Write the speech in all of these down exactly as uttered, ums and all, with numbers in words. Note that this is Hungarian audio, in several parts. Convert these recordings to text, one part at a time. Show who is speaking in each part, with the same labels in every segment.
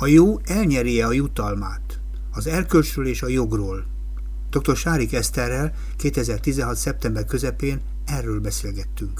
Speaker 1: A jó elnyeri-e a jutalmát? Az erkölcsről és a jogról. doktor Sárik Eszterrel kétezer-tizenhat. szeptember közepén erről beszélgettünk.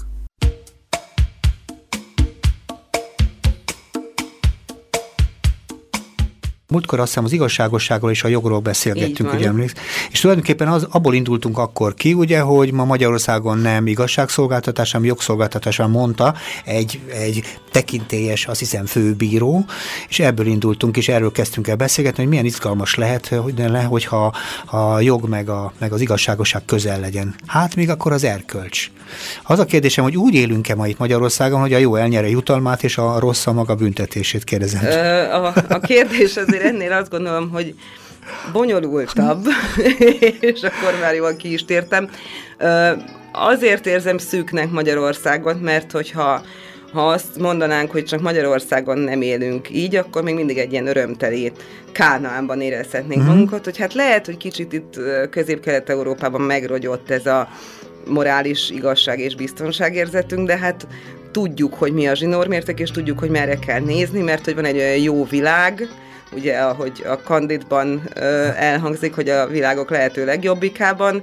Speaker 1: Múltkor azt hiszem az igazságosságról és a jogról beszélgettünk, ugye emléksz? És tulajdonképpen az, abból indultunk akkor ki, ugye, hogy ma Magyarországon nem igazságszolgáltatás, hanem jogszolgáltatásra mondta egy, egy tekintélyes, azt hiszem, főbíró, és ebből indultunk, és erről kezdtünk el beszélgetni, hogy milyen izgalmas lehet, hogy le, hogyha a jog meg, a, meg az igazságosság közel legyen. Hát még akkor az erkölcs. Az a kérdésem, hogy úgy élünk-e ma itt Magyarországon, hogy a jó elnyere jutalmát, és a rossz a maga büntetését, kérdezem.
Speaker 2: Ö, a, a kérdés azért ennél azt gondolom, hogy bonyolultabb, és akkor már jól ki is tértem. Ö, azért érzem szűknek Magyarországot, mert hogyha ha azt mondanánk, hogy csak Magyarországon nem élünk így, akkor még mindig egy ilyen örömteli Kánaánban érezhetnénk mm. magunkat, hogy hát lehet, hogy kicsit itt Közép-Kelet-Európában megrogyott ez a morális igazság és biztonságérzetünk, de hát tudjuk, hogy mi a zsinórmérték, és tudjuk, hogy merre kell nézni, mert hogy van egy olyan jó világ, ugye, ahogy a Candidban uh, elhangzik, hogy a világok lehető legjobbikában,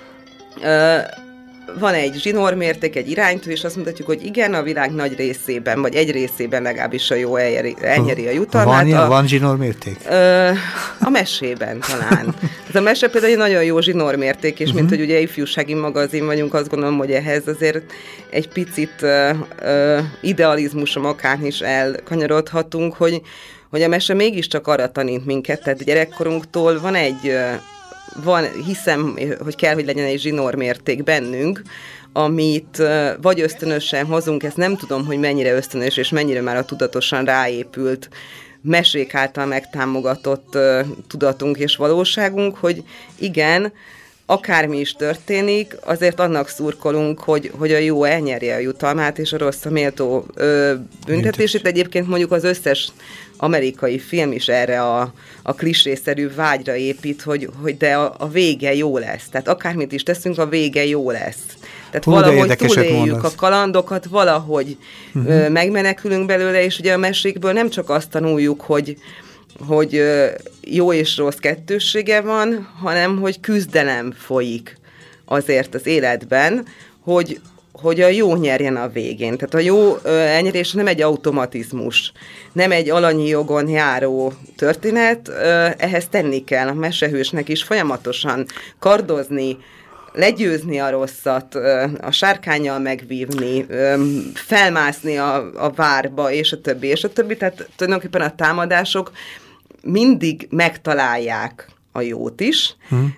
Speaker 2: uh, van egy zsinórmérték, egy iránytű, és azt mondhatjuk, hogy igen, a világ nagy részében, vagy egy részében legalábbis a jó elnyeri, elnyeri a jutalmát.
Speaker 1: Van,
Speaker 2: a,
Speaker 1: van zsinórmérték?
Speaker 2: Ö, a mesében talán. Ez a mese például egy nagyon jó zsinórmérték, és uh-huh. mint hogy ugye ifjúsági magazin vagyunk, azt gondolom, hogy ehhez azért egy picit ö, ö, idealizmusom okán is elkanyarodhatunk, hogy, hogy a mese mégiscsak arra tanít minket, tehát gyerekkorunktól van egy... Ö, Van, hiszem, hogy kell, hogy legyen egy zsinórmérték bennünk, amit vagy ösztönösen hozunk, ezt nem tudom, hogy mennyire ösztönös, és mennyire már a tudatosan ráépült, mesék által megtámogatott uh, tudatunk és valóságunk, hogy igen, akármi is történik, azért annak szurkolunk, hogy, hogy a jó elnyerje a jutalmát, és a rossz a méltó ö, büntetését. Egyébként mondjuk az összes amerikai film is erre a, a klisészerű vágyra épít, hogy, hogy de a, a vége jó lesz. Tehát akármit is teszünk, a vége jó lesz. Tehát Hú, valahogy túléljük a kalandokat, valahogy uh-huh. ö, megmenekülünk belőle, és ugye a mesékből nem csak azt tanuljuk, hogy hogy jó és rossz kettőssége van, hanem hogy küzdelem folyik azért az életben, hogy, hogy a jó nyerjen a végén. Tehát a jó elnyerés nem egy automatizmus, nem egy alanyi jogon járó történet, ehhez tenni kell a mesehősnek is folyamatosan kardozni, legyőzni a rosszat, a sárkánnyal megvívni, felmászni a, a várba, és a többi, és a többi. Tehát tulajdonképpen a támadások mindig megtalálják a jót is, hmm.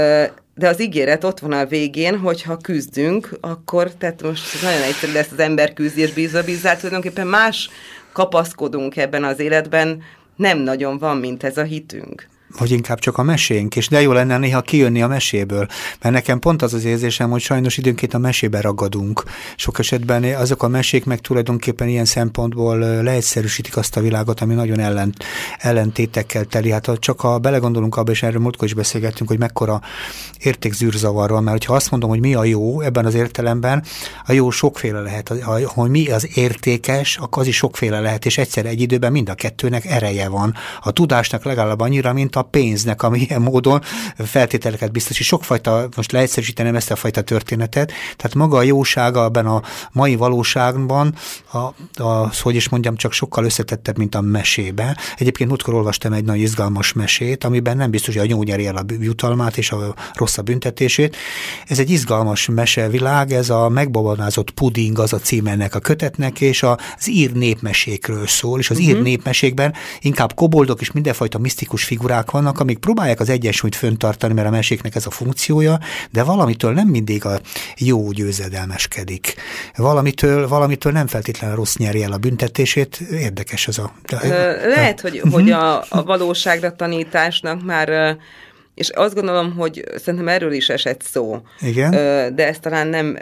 Speaker 2: de az ígéret ott van a végén, hogyha küzdünk, akkor, tehát most nagyon egyszerű lesz az ember küzdi és bízva bízzál, tulajdonképpen más kapaszkodunk ebben az életben, nem nagyon van, mint ez a hitünk.
Speaker 1: Vagy inkább csak a mesénk, és de jó lenne néha kijönni a meséből, mert nekem pont az az érzésem, hogy sajnos időnként a mesébe ragadunk. Sok esetben azok a mesék meg tulajdonképpen ilyen szempontból leegyszerűsítik azt a világot, ami nagyon ellen, ellentétekkel teli. Hát csak ha belegondolunk abba, és erről múltkor is beszélgettünk, hogy mekkora értékzűrzavar van, mert ha azt mondom, hogy mi a jó ebben az értelemben, a jó sokféle lehet. Hogy mi az értékes, akkor az is sokféle lehet, és egyszer egy időben mind a kettőnek ereje van. A tudásnak legalább annyira, mint a pénznek, ami ilyen módon feltételeket biztosít. Sokfajta, most leegyszerűsítenem ezt a fajta történetet, tehát maga a jósága ebben a mai valóságban, a, a, hogy is mondjam, csak sokkal összetettebb, mint a mesében. Egyébként múltkor olvastam egy nagyon izgalmas mesét, amiben nem biztos, hogy a jó nyeri el a jutalmát és a rossz a büntetését. Ez egy izgalmas mesevilág, ez a megbabonázott puding az a címe ennek a kötetnek, és az ír népmesékről szól, és az uh-huh. ír népmesékben inkább koboldok és mindenfajta misztikus figurák vannak, amik próbálják az egyensúlyt föntartani, mert a meséknek ez a funkciója, de valamitől nem mindig a jó győzedelmeskedik. Valamitől, valamitől nem feltétlenül rossz nyeri el a büntetését. Érdekes ez a...
Speaker 2: Lehet, hogy, uh-huh. hogy a, a valóságra tanításnak már, és azt gondolom, hogy szerintem erről is esett szó.
Speaker 1: Igen.
Speaker 2: De ezt talán nem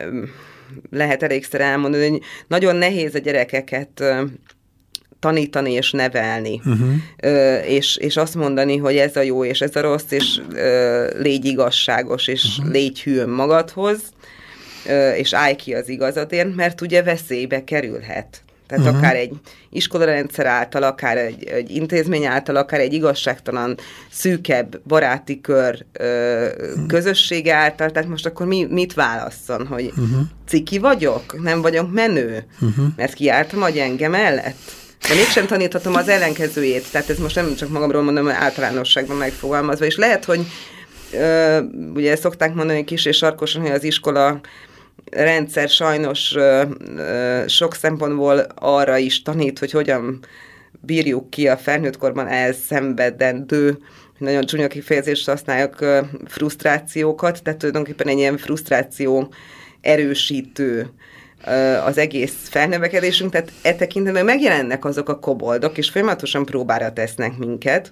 Speaker 2: lehet elégszer elmondani, hogy nagyon nehéz a gyerekeket tanítani és nevelni, uh-huh. ö, és, és azt mondani, hogy ez a jó és ez a rossz, és ö, légy igazságos, és uh-huh. légy hű önmagadhoz, ö, és állj ki az igazadért, mert ugye veszélybe kerülhet. Tehát uh-huh. akár egy iskolarendszer által, akár egy, egy intézmény által, akár egy igazságtalan, szűkebb baráti kör ö, uh-huh. közössége által. Tehát most akkor mi, mit válasszon, hogy uh-huh. ciki vagyok, nem vagyok menő, uh-huh. mert kiálltam a gyenge mellett? De mégsem taníthatom az ellenkezőjét. Tehát ez most nem csak magamról mondom, hogy általánosságban megfogalmazva. És lehet, hogy ö, ugye szokták mondani kis és sarkosan, hogy az iskola rendszer sajnos ö, ö, sok szempontból arra is tanít, hogy hogyan bírjuk ki a felnőttkorban elszenvedendő, nagyon csúnya kifejezést használják, ö, frusztrációkat, tehát tulajdonképpen egy ilyen frusztráció erősítő ö, az egész felnövekedésünk, tehát e tekintetben megjelennek azok a koboldok, és folyamatosan próbára tesznek minket.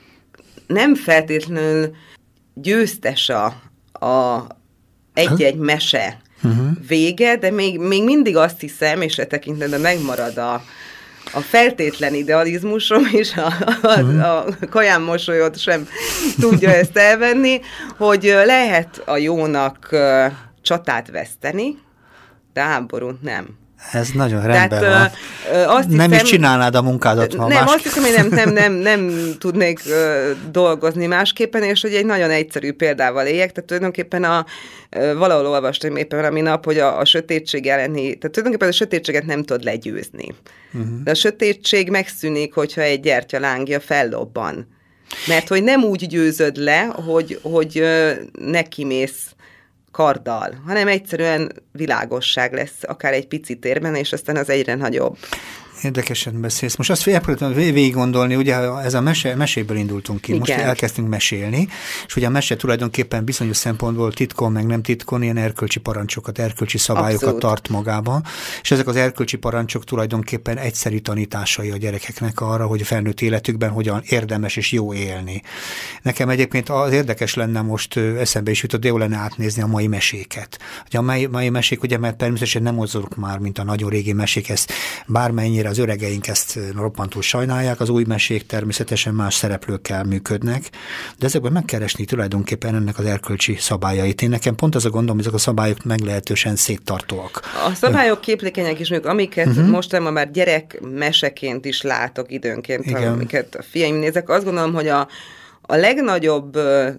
Speaker 2: Nem feltétlenül győztes a, a egy-egy mese uh-huh. vége, de még, még mindig azt hiszem, és e tekintetben megmarad a, a feltétlen idealizmusom, és a, a, uh-huh. a kaján mosolyot sem tudja ezt elvenni, hogy lehet a jónak csatát veszteni, de háborút nem.
Speaker 1: Ez nagyon rendben
Speaker 2: Tehát,
Speaker 1: van. Ö, azt nem hiszem, is csinálnád a munkádat, ha
Speaker 2: Nem,
Speaker 1: más...
Speaker 2: azt hiszem, hogy nem, nem, nem, nem tudnék ö, dolgozni másképpen, és hogy egy nagyon egyszerű példával éljek, tehát tulajdonképpen a, ö, valahol olvastam éppen valami nap, hogy a, a sötétség elleni, tehát tulajdonképpen a sötétséget nem tud legyőzni. Uh-huh. De a sötétség megszűnik, hogyha egy gyertya lángja fellobban. Mert hogy nem úgy győzöd le, hogy, hogy ö, nekimész karddal, hanem egyszerűen világosság lesz akár egy pici térben, és aztán az egyre nagyobb.
Speaker 1: Érdekesen beszélsz. Most azt elpróbáltam végig gondolni, ugye ez a mese, meséből indultunk ki. Igen. Most elkezdtünk mesélni, és ugye a mese tulajdonképpen bizonyos szempontból titkon, meg nem titkon, ilyen erkölcsi parancsokat, erkölcsi szabályokat Abszolút. Tart magában, és ezek az erkölcsi parancsok tulajdonképpen egyszerű tanításai a gyerekeknek arra, hogy a felnőtt életükben hogyan érdemes és jó élni. Nekem egyébként az érdekes lenne most eszembe is jutott, de jó lenne átnézni a mai meséket. Ugye a mai, mai mesék, ugye, mert természetesen nem mozogunk már, mint a nagyon régi mesék, ezt bármennyire az öregeink ezt roppantul sajnálják, az új mesék természetesen más szereplőkkel működnek, de ezekben megkeresni tulajdonképpen ennek az erkölcsi szabályait. Én nekem pont az a gondom, hogy ezek a szabályok meglehetősen széttartóak.
Speaker 2: A szabályok képlékenyek is, mondjuk, amiket uh-huh. most már gyerek meseként is látok időnként, igen. amiket a fiaim nézek, azt gondolom, hogy a, a legnagyobb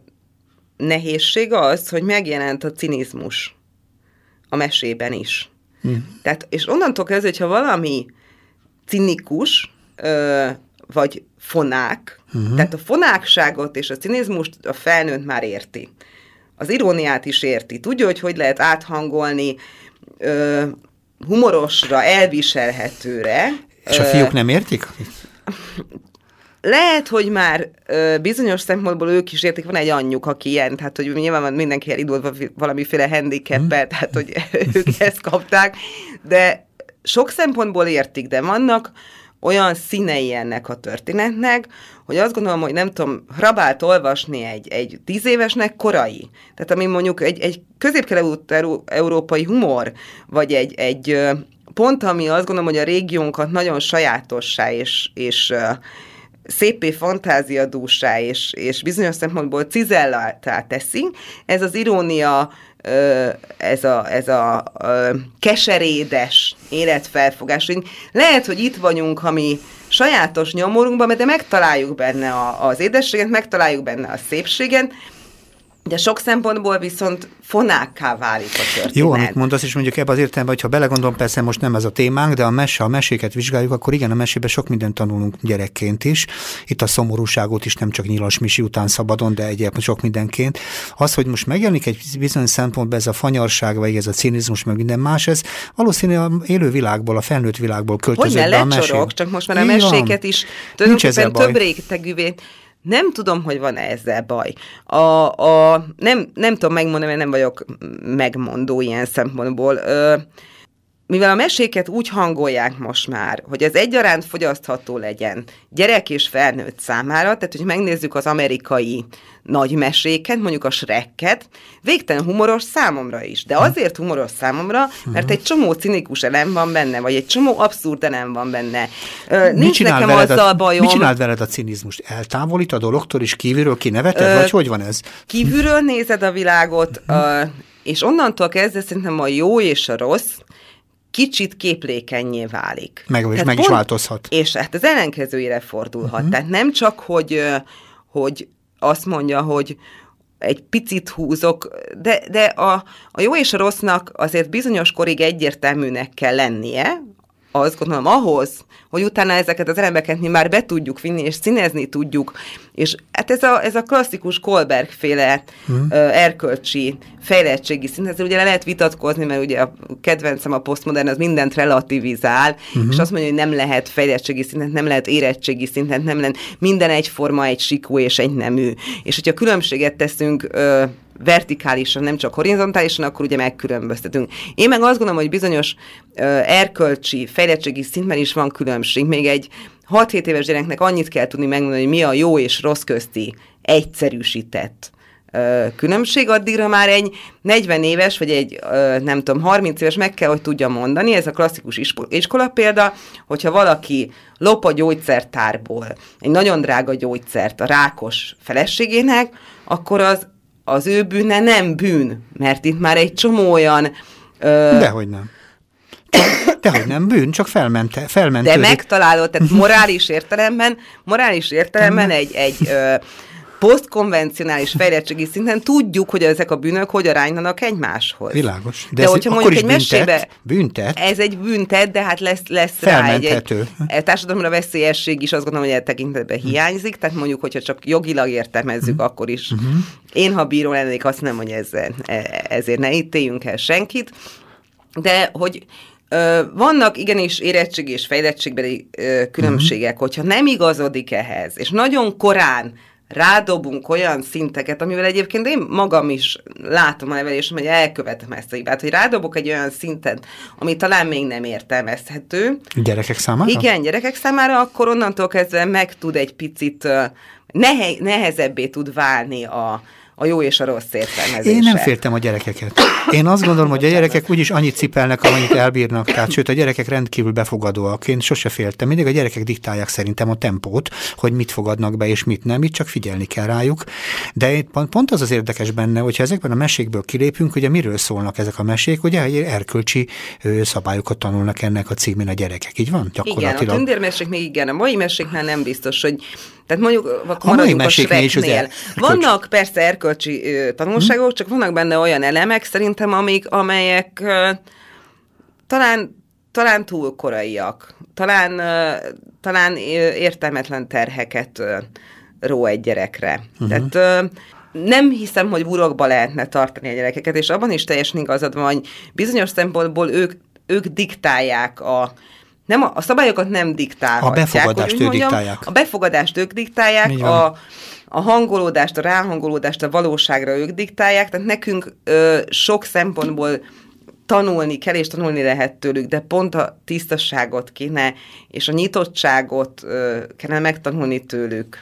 Speaker 2: nehézség az, hogy megjelent a cinizmus a mesében is. Uh-huh. Tehát, és onnantól kezdve, hogyha valami cinikus, ö, vagy fonák, uh-huh. tehát a fonákságot és a cinizmust a felnőtt már érti. Az iróniát is érti. Tudja, hogy hogy lehet áthangolni ö, humorosra, elviselhetőre.
Speaker 1: És a fiúk nem értik?
Speaker 2: Lehet, hogy már ö, bizonyos szempontból ők is értik, van egy anyjuk, aki ilyen, tehát hogy nyilván mindenki elindulva valamiféle handicappel, uh-huh. tehát hogy ők ezt kapták, de sok szempontból értik, de vannak olyan színei ennek a történetnek, hogy azt gondolom, hogy nem tudom, Hrabált olvasni egy, egy tíz évesnek korai. Tehát ami mondjuk egy, egy közép-kelet-európai humor, vagy egy, egy pont, ami azt gondolom, hogy a régiónkat nagyon sajátossá és, és szépé fantáziadúsá és, és bizonyos szempontból cizelláltá teszi, ez az irónia, ez a, ez a, a keserédes életfelfogás. Lehet, hogy itt vagyunk, ami sajátos nyomorunkban, de megtaláljuk benne a, az édességet, megtaláljuk benne a szépséget, de sok szempontból viszont fonákká válik a történet.
Speaker 1: Jó, amit mondasz, és mondjuk ebben az értelemben, hogyha belegondolom, persze most nem ez a témánk, de a mese, ha a meséket vizsgáljuk, akkor igen, a mesében sok mindent tanulunk gyerekként is. Itt a szomorúságot is nem csak Nyilas Misi után szabadon, de egyébként sok mindenként. Az, hogy most megjelenik egy bizonyos szempontból ez a fanyarság, vagy ez a cinizmus, meg minden más, ez valószínűleg a élő világból, a felnőtt világból költözött be a mesé.
Speaker 2: Csak most már a meséket is tulajdonképpen több rétegűvé. Nem tudom, hogy van ezzel baj. A, a, nem, nem tudom megmondani, mert nem vagyok megmondó ilyen szempontból. Ö, mivel a meséket úgy hangolják most már, hogy az egyaránt fogyasztható legyen gyerek és felnőtt számára, tehát hogy megnézzük az amerikai nagy meséket, mondjuk a Shrekket, végtelen humoros számomra is. De azért humoros számomra, mert egy csomó cinikus elem van benne, vagy egy csomó abszurd elem van benne. Nincs nekem azzal a bajom.
Speaker 1: Mit csináld veled a cinizmust? Eltávolít a dologtól, és kívülről kineveted, Ö, vagy hogy van ez?
Speaker 2: Kívülről nézed a világot, uh, és onnantól kezdve szerintem a jó és a rossz kicsit képlékennyé válik.
Speaker 1: Meg, és meg
Speaker 2: pont,
Speaker 1: is változhat.
Speaker 2: És hát az ellenkezőjére fordulhat. Uh-huh. Tehát nem csak, hogy, hogy azt mondja, hogy egy picit húzok, de, de a, a jó és a rossznak azért bizonyos korig egyértelműnek kell lennie, azt gondolom ahhoz, hogy utána ezeket az elemeket mi már be tudjuk vinni, és színezni tudjuk, és hát ez a, ez a klasszikus Kohlberg-féle hmm. uh, erkölcsi fejlettségi szint, ezzel ugye le lehet vitatkozni, mert ugye a kedvencem a posztmodern, az mindent relativizál, hmm. és azt mondja, hogy nem lehet fejlettségi szintet, nem lehet érettségi szintet, nem lehet minden egyforma, egy sikú és egy nemű. És hogyha különbséget teszünk uh, vertikálisan, nem csak horizontálisan, akkor ugye megkülönböztetünk. Én meg azt gondolom, hogy bizonyos uh, erkölcsi, fejlettségi szintben is van különbség. Még egy hat-hét éves gyereknek annyit kell tudni megmondani, hogy mi a jó és rossz közti egyszerűsített uh, különbség, addigra már egy negyven éves, vagy egy uh, nem tudom, harminc éves meg kell, hogy tudja mondani, ez a klasszikus iskola példa, hogyha valaki lop a gyógyszertárból egy nagyon drága gyógyszert a rákos feleségének, akkor az az ő bűne nem bűn, mert itt már egy csomó olyan... Ö...
Speaker 1: Dehogy nem. Dehogy nem bűn, csak felmente, felmentődik.
Speaker 2: De megtalálod, tehát morális értelemben, morális értelemben egy, egy ö, posztkonvencionális fejlettségi szinten tudjuk, hogy ezek a bűnök hogy aránylanak egymáshoz.
Speaker 1: Világos.
Speaker 2: De, de hogyha mondjuk egy
Speaker 1: büntet,
Speaker 2: mesébe...
Speaker 1: Büntet.
Speaker 2: Ez egy büntet, de hát lesz, lesz rá egy, egy, egy társadalomra veszélyesség is, azt gondolom, hogy e tekintetben hiányzik, tehát mondjuk, hogyha csak jogilag értelmezzük, uh-huh. akkor is. Uh-huh. Én, ha bíró lennék, azt nem, hogy ezzel, ezért ne ítéljünk el senkit, de hogy ö, vannak igenis érettség és fejlettségbeli ö, különbségek, uh-huh. hogyha nem igazodik ehhez, és nagyon korán rádobunk olyan szinteket, amivel egyébként én magam is látom a nevelésem, hogy elkövetem ezt a hibát, hogy rádobok egy olyan szintet, ami talán még nem értelmezhető.
Speaker 1: Gyerekek számára?
Speaker 2: Igen, gyerekek számára, akkor onnantól kezdve meg tud egy picit nehe, nehezebbé tud válni a a jó és a rossz értelmezése.
Speaker 1: Én nem féltem a gyerekeket. Én azt gondolom, hogy a gyerekek úgyis annyit cipelnek, amennyit elbírnak. Tehát, sőt, a gyerekek rendkívül befogadóak. Én sose féltem. Mindig a gyerekek diktálják szerintem a tempót, hogy mit fogadnak be és mit nem. Itt csak figyelni kell rájuk. De pont az az érdekes benne, hogyha ezekben a mesékből kilépünk, ugye miről szólnak ezek a mesék, ugye erkölcsi szabályokat tanulnak ennek a címén a gyerekek. Így van?
Speaker 2: Igen, a tündérmesék még igen, a mai meséknél nem biztos, hogy tehát mondjuk
Speaker 1: a maradjunk a Shreknél.
Speaker 2: Vannak persze erkölcsi uh, tanulságok, hmm. csak vannak benne olyan elemek szerintem, amik, amelyek uh, talán, talán túl koraiak, talán, uh, talán értelmetlen terheket uh, ró egy gyerekre. Hmm. Tehát uh, nem hiszem, hogy burokba lehetne tartani a gyerekeket, és abban is teljesen igazad van, hogy bizonyos szempontból ők, ők diktálják a Nem, a szabályokat nem diktálhatják.
Speaker 1: A befogadást ők diktálják.
Speaker 2: A befogadást ők diktálják, a, a hangolódást, a ráhangolódást a valóságra ők diktálják, tehát nekünk ö, sok szempontból tanulni kell, és tanulni lehet tőlük, de pont a tisztasságot kéne, és a nyitottságot ö, kellene megtanulni tőlük.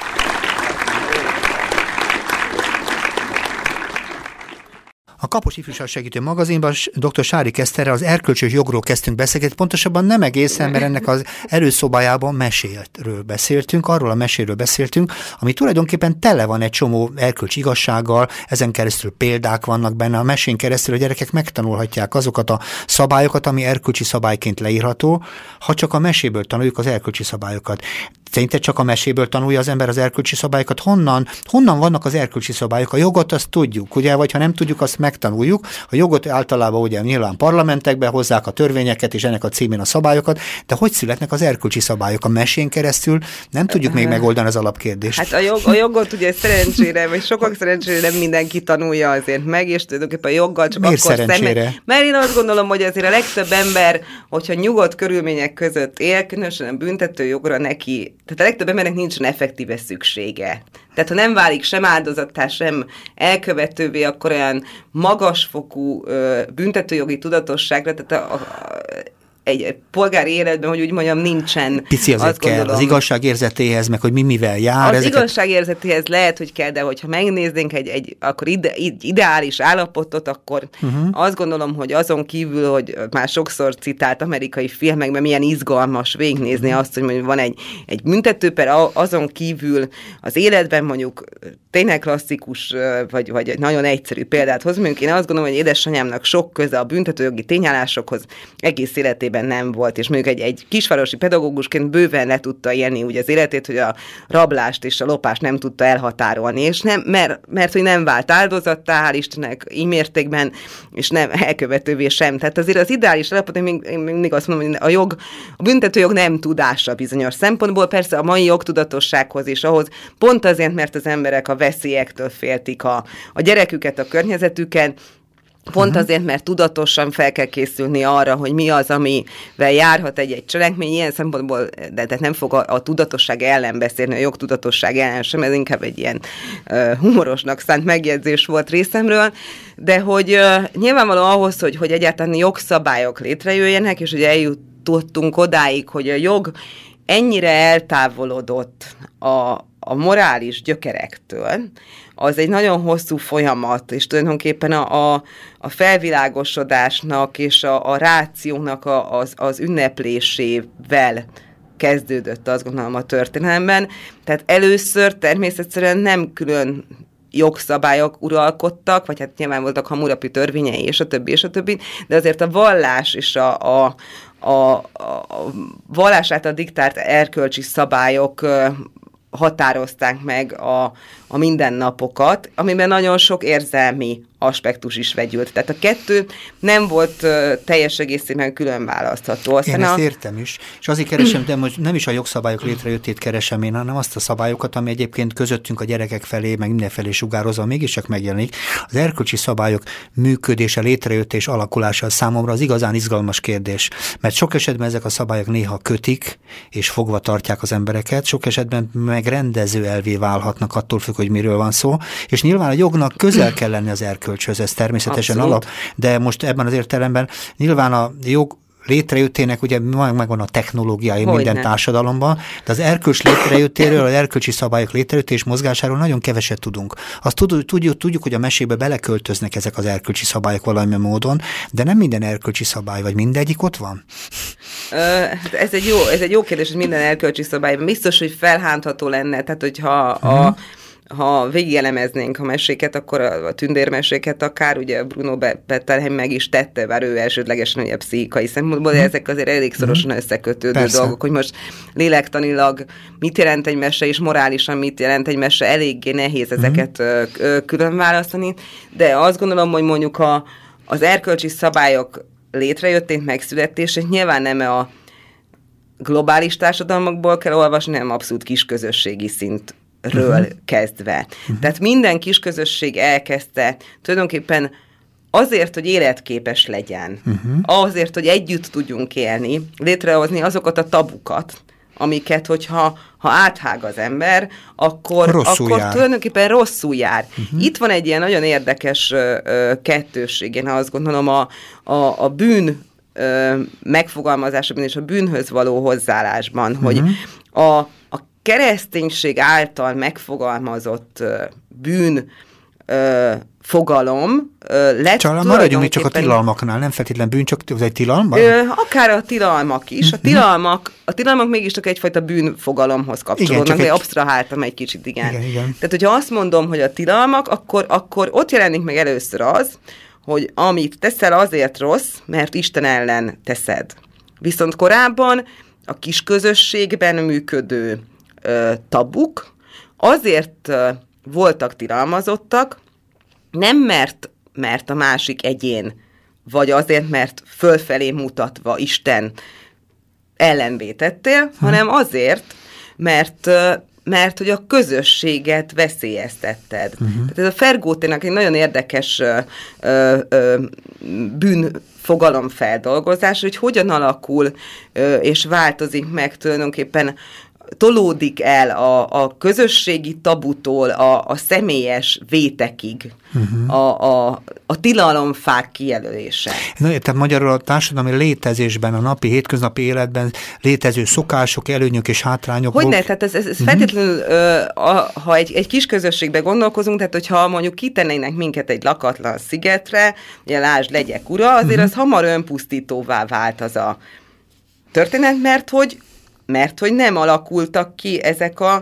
Speaker 1: A Kapos Ifjúság Segítő magazinban dr. Sárik Eszterrel az erkölcsös jogról kezdtünk beszélgetni, pontosabban nem egészen, mert ennek az előszobájában meséről beszéltünk, arról a meséről beszéltünk, ami tulajdonképpen tele van egy csomó erkölcsi igazsággal, ezen keresztül példák vannak benne, a mesén keresztül a gyerekek megtanulhatják azokat a szabályokat, ami erkölcsi szabályként leírható, ha csak a meséből tanuljuk az erkölcsi szabályokat. Szerinted csak a meséből tanulja az ember az erkölcsi szabályokat? Honnan, honnan vannak az erkölcsi szabályok? A jogot azt tudjuk, ugye, vagy ha nem tudjuk, azt megtanuljuk. A jogot általában ugye nyilván parlamentekbe hozzák a törvényeket, és ennek a címén a szabályokat, de hogy születnek az erkölcsi szabályok? A mesén keresztül nem tudjuk még megoldani az alapkérdést.
Speaker 2: Hát a, jog, a jogot ugye szerencsére, vagy sokak szerencsére nem mindenki tanulja azért meg, és tulajdonképpen a joggal csak
Speaker 1: Miért
Speaker 2: akkor
Speaker 1: szerencsére?
Speaker 2: Szemben. Mert én azt gondolom, hogy azért a legtöbb ember, hogyha nyugodt körülmények között él, különösen a büntető jogra neki, tehát a legtöbb embernek nincsen effektíve szüksége. Tehát ha nem válik sem áldozattá, sem elkövetővé, akkor olyan magasfokú büntetőjogi tudatosságra, tehát a, a, egy polgári életben, hogy úgy mondjam, nincsen.
Speaker 1: Pici azért kell, gondolom, az igazságérzetéhez, meg hogy mi mivel jár.
Speaker 2: Az
Speaker 1: ezeket...
Speaker 2: igazságérzetéhez lehet, hogy kell, de hogyha megnéznénk egy, egy akkor ide, egy ideális állapotot, akkor uh-huh. azt gondolom, hogy azon kívül, hogy már sokszor citált amerikai filmekben milyen izgalmas végignézni uh-huh. azt, hogy mondjuk van egy, egy büntetőper, azon kívül az életben mondjuk tényleg klasszikus, vagy, vagy egy nagyon egyszerű példát hoz. Mondjuk én azt gondolom, hogy édesanyámnak sok köze a büntetőjogi tényállásokhoz egész életében nem volt, és mondjuk egy, egy kisvárosi pedagógusként bőven le tudta élni úgy az életét, hogy a rablást és a lopást nem tudta elhatárolni, és nem, mert, mert hogy nem vált áldozattá, hál' Istennek, így mértékben, és nem elkövetővé sem. Tehát azért az ideális állapot, én még, én mindig azt mondom, hogy a jog, a büntetőjog nem tudása bizonyos szempontból, persze a mai jogtudatossághoz is ahhoz, pont azért, mert az emberek a veszélyektől féltik a, a gyereküket, a környezetüket, pont azért, mert tudatosan fel kell készülni arra, hogy mi az, amivel járhat egy-egy cselekmény, ilyen szempontból, de, de nem fog a, a tudatosság ellen beszélni, a jogtudatosság ellen sem, ez inkább egy ilyen uh, humorosnak szánt megjegyzés volt részemről, de hogy uh, nyilvánvaló ahhoz, hogy, hogy egyáltalán jogszabályok létrejöjjenek, és hogy eljutottunk odáig, hogy a jog ennyire eltávolodott a, a morális gyökerektől, az egy nagyon hosszú folyamat, és tulajdonképpen a, a, a felvilágosodásnak és a, a rációnak a, az, az ünneplésével kezdődött, azt gondolom, a történelemben. Tehát először természetesen nem külön jogszabályok uralkodtak, vagy hát nyilván voltak Hammurapi törvényei, és a többi, és a többi, de azért a vallás és a, a, a, a vallás által diktált erkölcsi szabályok határozták meg a, a mindennapokat, amiben nagyon sok érzelmi aspektus is vegyült. Tehát a kettő nem volt uh, teljes egészében külön választható.
Speaker 1: Aztán én ezt a... értem is, és azért keresem, de most nem is a jogszabályok létrejöttét keresem én, hanem azt a szabályokat, ami egyébként közöttünk a gyerekek felé, meg mindenfelé sugározva mégiscsak megjelenik. Az erkölcsi szabályok működése, létrejötte és alakulása számomra az igazán izgalmas kérdés. Mert sok esetben ezek a szabályok néha kötik, és fogva tartják az embereket, sok esetben meg rendező elvé válhatnak, attól függ, hogy miről van szó, és nyilván a jognak közel kell lenni az erkölcshöz, ez természetesen abszolút alap, de most ebben az értelemben nyilván a jog létrejöttének ugye megvan a technológiai hogy minden ne. társadalomban, de az erkölcs létrejöttéről, az erkölcsi szabályok létrejötté és mozgásáról nagyon keveset tudunk. Azt tudjuk, tudjuk, tudjuk, hogy a mesébe beleköltöznek ezek az erkölcsi szabályok valamilyen módon, de nem minden erkölcsi szabály, vagy mindegyik ott van?
Speaker 2: Ö, ez, egy jó, ez egy jó kérdés, hogy minden erkölcsi szabályban biztos, hogy felhántható lenne, tehát hogyha uh-huh. a ha végigelemeznénk a meséket, akkor a, a tündérmeséket akár, ugye Bruno Bettelheim meg is tette, bár ő elsődlegesen ugye pszichikai szempontból, de ezek azért elég szorosan összekötődő Persze. dolgok, hogy most lélektanilag mit jelent egy mese, és morálisan mit jelent egy mese, eléggé nehéz ezeket mm. külön választani, de azt gondolom, hogy mondjuk a, az erkölcsi szabályok létrejötték, megszületését nyilván nem a globális társadalmakból kell olvasni, hanem abszolút kisközösségi szint ről uh-huh. kezdve. Uh-huh. Tehát minden kisközösség elkezdte tulajdonképpen azért, hogy életképes legyen, uh-huh. azért, hogy együtt tudjunk élni, létrehozni azokat a tabukat, amiket, hogyha ha áthág az ember, akkor, akkor tulajdonképpen rosszul jár. Uh-huh. Itt van egy ilyen nagyon érdekes uh, kettősség, én azt gondolom, a, a, a bűn uh, megfogalmazásában és a bűnhöz való hozzáállásban, uh-huh. hogy a kereszténység által megfogalmazott uh, bűn uh, fogalom uh, lett
Speaker 1: Csalán, maradjunk még csak a tilalmaknál, nem feltétlen bűn, csak egy tilalma?
Speaker 2: Uh, akár a tilalmak is. A tilalmak, a tilalmak mégiscsak egyfajta bűnfogalomhoz kapcsolódnak, de egy... absztraháltam egy kicsit, igen. igen, igen. Tehát, hogyha azt mondom, hogy a tilalmak, akkor, akkor ott jelenik meg először az, hogy amit teszel azért rossz, mert Isten ellen teszed. Viszont korábban a kisközösségben működő ö, tabuk azért ö, voltak tilalmazottak, nem mert, mert a másik egyén, vagy azért, mert fölfelé mutatva Isten ellenvétettél, hm. hanem azért, mert, ö, mert hogy a közösséget veszélyeztetted. Uh-huh. Tehát ez a Fergóténak egy nagyon érdekes ö, ö, ö, bűn fogalomfeldolgozás, hogy hogyan alakul ö, és változik meg tulajdonképpen tolódik el a, a közösségi tabutól a, a személyes vétekig uh-huh. a, a, a tilalomfák kijelölése.
Speaker 1: Na, tehát magyarul a társadalmi létezésben, a napi, hétköznapi életben létező szokások, előnyök és hátrányok.
Speaker 2: Hogyne, tehát ez, ez, ez uh-huh. feltétlenül, ö, a, ha egy, egy kis közösségben gondolkozunk, tehát hogyha mondjuk kitennének minket egy lakatlan szigetre, ugye lásd, legyek ura, azért uh-huh. az hamar önpusztítóvá vált az a történet, mert hogy mert hogy nem alakultak ki ezek a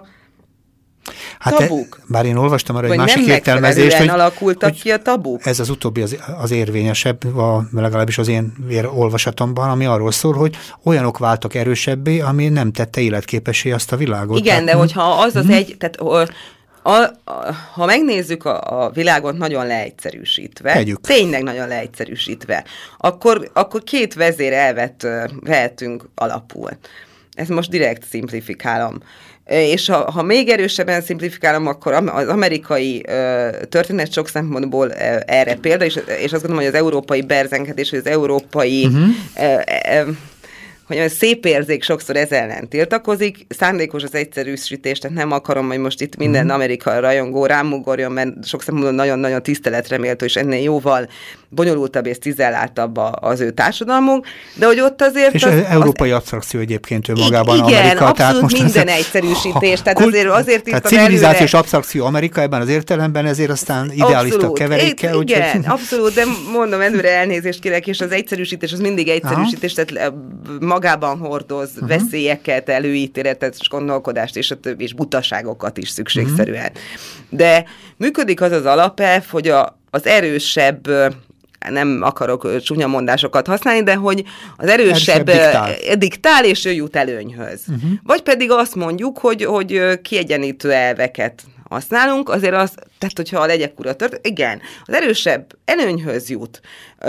Speaker 1: hát
Speaker 2: tabuk.
Speaker 1: E, bár én olvastam arra egy
Speaker 2: vagy
Speaker 1: másik értelmezést,
Speaker 2: hogy alakultak hogy ki a tabuk.
Speaker 1: Ez az utóbbi az, az érvényesebb, a, legalábbis az én olvasatomban, ami arról szól, hogy olyanok váltak erősebbé, ami nem tette életképessé azt a világot.
Speaker 2: Igen,
Speaker 1: tehát,
Speaker 2: de hogyha az az egy, tehát A, a, ha megnézzük a, a világot nagyon leegyszerűsítve,
Speaker 1: Tegyük.
Speaker 2: tényleg nagyon leegyszerűsítve, akkor, akkor két vezérelvet vehetünk alapul. Ezt most direkt szimplifikálom. És ha, ha még erősebben szimplifikálom, akkor az amerikai uh, történet sok szempontból uh, erre példa, és, és azt gondolom, hogy az európai berzenkedés, hogy az európai uh-huh. uh, uh, hogy a szép érzék sokszor ez ellen tiltakozik, szándékos az egyszerűsítés, tehát nem akarom, hogy most itt minden mm. amerikai rajongó rám ugorjon, mert sok szempontból nagyon-nagyon tiszteletre méltó, és ennél jóval bonyolultabb és cizelláltabb az ő társadalmunk, de hogy ott azért...
Speaker 1: És
Speaker 2: az,
Speaker 1: európai
Speaker 2: az,
Speaker 1: absztrakció egyébként ő magában
Speaker 2: igen,
Speaker 1: Amerika.
Speaker 2: Igen, abszolút
Speaker 1: tehát most
Speaker 2: minden
Speaker 1: ez,
Speaker 2: egyszerűsítés,
Speaker 1: ha,
Speaker 2: tehát
Speaker 1: kult,
Speaker 2: azért azért
Speaker 1: tehát
Speaker 2: itt
Speaker 1: civilizációs
Speaker 2: előre...
Speaker 1: absztrakció Amerika ebben az értelemben, ezért aztán idealista
Speaker 2: abszolút.
Speaker 1: keverékkel.
Speaker 2: É, igen,
Speaker 1: úgyhogy...
Speaker 2: abszolút, de mondom, előre elnézést kérek, és az egyszerűsítés az mindig egyszerűsítés, Aha. tehát magában hordoz uh-huh. veszélyeket, előítéletet, és gondolkodást, és a többi, és butaságokat is szükségszerűen. Uh-huh. De működik az az alapelv, hogy a, az erősebb, nem akarok csúnya mondásokat használni, de hogy az erősebb, erősebb diktál. diktál, és ő jut előnyhöz. Uh-huh. Vagy pedig azt mondjuk, hogy, hogy kiegyenlítő elveket használunk, azért az, tehát hogyha a legyek ura tört, igen, az erősebb előnyhöz jut.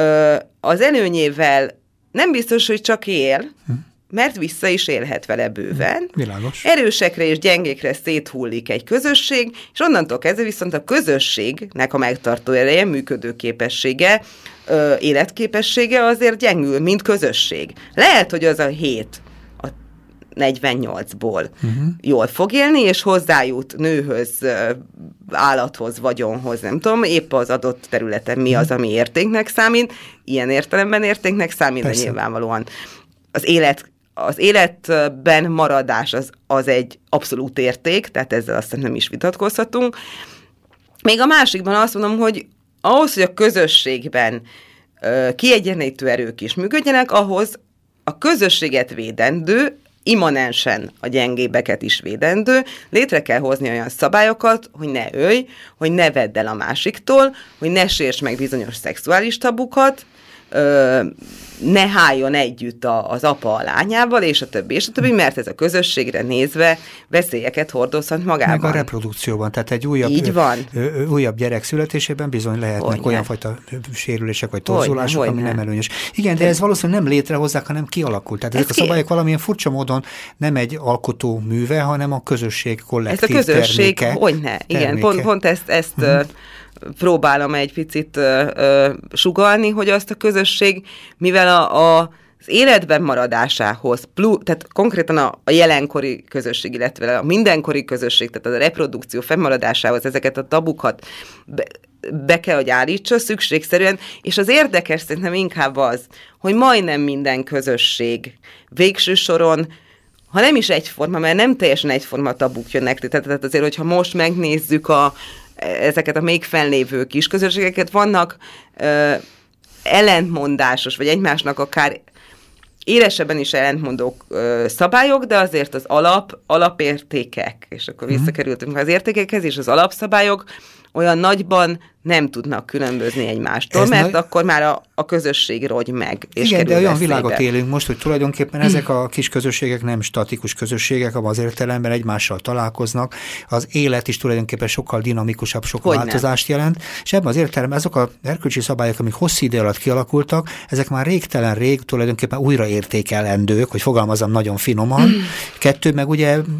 Speaker 2: Az előnyével nem biztos, hogy csak él, uh-huh. mert vissza is élhet vele bőven.
Speaker 1: Világos.
Speaker 2: Erősekre és gyengékre széthullik egy közösség, és onnantól kezdve viszont a közösségnek a megtartó ereje, működőképessége, ö, életképessége azért gyengül, mint közösség. Lehet, hogy az a hét a negyvennyolcból uh-huh. jól fog élni, és hozzájut nőhöz, állathoz, vagyonhoz, nem tudom, épp az adott területen mi az, ami értéknek számít, ilyen értelemben értéknek számít, de nyilvánvalóan az élet az életben maradás az, az egy abszolút érték, tehát ezzel aztán nem is vitatkozhatunk. Még a másikban azt mondom, hogy ahhoz, hogy a közösségben ö, kiegyenlítő erők is működjenek, ahhoz a közösséget védendő, immanensen a gyengébeket is védendő, létre kell hozni olyan szabályokat, hogy ne ölj, hogy ne vedd el a másiktól, hogy ne sérts meg bizonyos szexuális tabukat, ö, ne háljon együtt a, az apa a lányával, és a többi, és a többi, mert ez a közösségre nézve veszélyeket hordozhat magában.
Speaker 1: Meg a reprodukcióban, tehát egy újabb,
Speaker 2: Így van.
Speaker 1: Ö, ö, újabb gyerek születésében bizony lehetnek Hogyne. olyan fajta sérülések vagy torzulások, ami nem előnyös. Igen, de ez valószínűleg nem létrehozzák, hanem kialakult. Tehát ez ezek a szabályok valamilyen furcsa módon nem egy alkotó műve, hanem a közösség kollektív terméke. Ez a közösség,
Speaker 2: terméke, hogyne. Igen, pont, pont ezt, ezt uh-huh. próbálom egy picit ö, ö, sugallni, hogy azt a közösség, mivel a, a, az életben maradásához, plusz, tehát konkrétan a, a jelenkori közösség, illetve a mindenkori közösség, tehát a reprodukció fennmaradásához ezeket a tabukat be, be kell, hogy állítsa szükségszerűen, és az érdekes szerintem inkább az, hogy majdnem minden közösség végső soron, ha nem is egyforma, mert nem teljesen egyforma tabuk jönnek, tehát azért, hogyha most megnézzük a ezeket a még fennlévő kis közösségeket, vannak ö, ellentmondásos, vagy egymásnak akár élesebben is ellentmondó ö, szabályok, de azért az alap, alapértékek, és akkor visszakerültünk az értékekhez, és az alapszabályok olyan nagyban nem tudnak különbözni egymástól, ez mert na... akkor már a, a közösség rogy meg. És
Speaker 1: igen, de olyan
Speaker 2: veszélybe.
Speaker 1: világot élünk most, hogy tulajdonképpen ezek a kis közösségek nem statikus közösségek, abban az értelemben egymással találkoznak. Az élet is tulajdonképpen sokkal dinamikusabb, sokkal hogy változást nem. jelent, és ebben az értelemben azok a erkölcsi szabályok, amik hosszú idő alatt kialakultak, ezek már régtelen rég tulajdonképpen újraértékelendők, hogy fogalmazom nagyon finoman. Kettő, meg ugye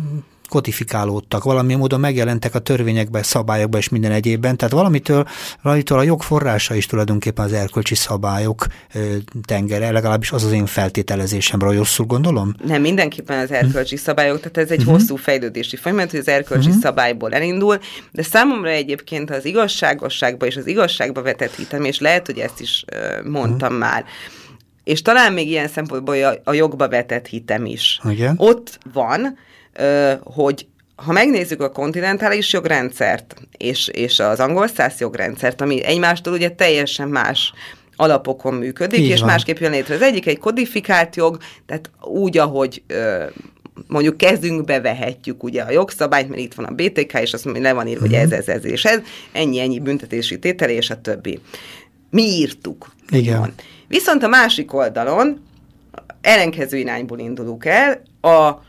Speaker 1: kodifikálódtak, valami módon megjelentek a törvényekben, szabályokban és minden egyébben, tehát valamitől, valamitől a jog forrása is tulajdonképpen az erkölcsi szabályok ö, tengere, legalábbis az az én feltételezésem, rosszul gondolom?
Speaker 2: Nem, mindenképpen az erkölcsi hm. szabályok, tehát ez egy uh-huh. hosszú fejlődési folyamat, hogy az erkölcsi uh-huh. szabályból elindul, de számomra egyébként az igazságosságba és az igazságba vetett hitem, és lehet, hogy ezt is ö, mondtam uh-huh. már, és talán még ilyen szempontból a, a jogba vetett hitem is.
Speaker 1: Igen.
Speaker 2: Ott van, ö, hogy ha megnézzük a kontinentális jogrendszert és, és az angol-szász jogrendszert, ami egymástól ugye teljesen más alapokon működik, így és van. Másképp jön létre. Az egyik egy kodifikált jog, tehát úgy, ahogy ö, mondjuk kezünkbe vehetjük ugye a jogszabályt, mert itt van a bé té ká, és azt mondja, le van írva, uh-huh. hogy ez, ez, ez és ez, ennyi-ennyi büntetési tétele, és a többi. Mi írtuk.
Speaker 1: Igen.
Speaker 2: Van. Viszont a másik oldalon ellenkező irányból indulunk el, a,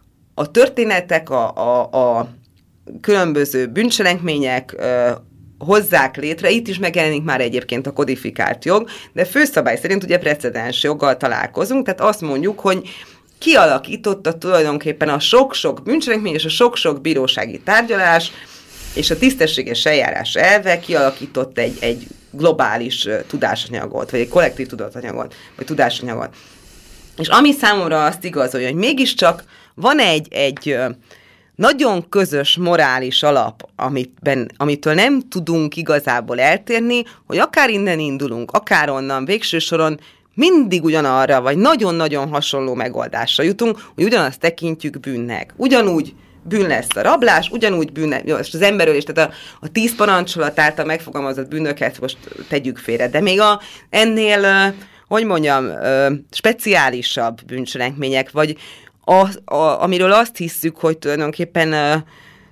Speaker 2: a történetek, a, a, a különböző bűncselekmények ö, hozzák létre, itt is megjelenik már egyébként a kodifikált jog, de főszabály szerint ugye precedens joggal találkozunk, tehát azt mondjuk, hogy kialakította tulajdonképpen a sok-sok bűncselekmény és a sok-sok bírósági tárgyalás és a tisztességes eljárás elve kialakított egy, egy globális uh, tudásanyagot, vagy egy kollektív tudatanyagot, vagy tudásanyagot. És ami számomra azt igazolja, hogy mégiscsak van egy, egy uh, nagyon közös morális alap, amitben, amitől nem tudunk igazából eltérni, hogy akár innen indulunk, akár onnan, végső soron mindig ugyanarra, vagy nagyon-nagyon hasonló megoldásra jutunk, hogy ugyanazt tekintjük bűnnek. Ugyanúgy bűn lesz a rablás, ugyanúgy bűn lesz az emberölés, tehát a, a tíz parancsolat által megfogalmazott bűnöket most tegyük félre, de még a, ennél, hogy mondjam, speciálisabb bűncselekmények, vagy a, a, amiről azt hisszük, hogy tulajdonképpen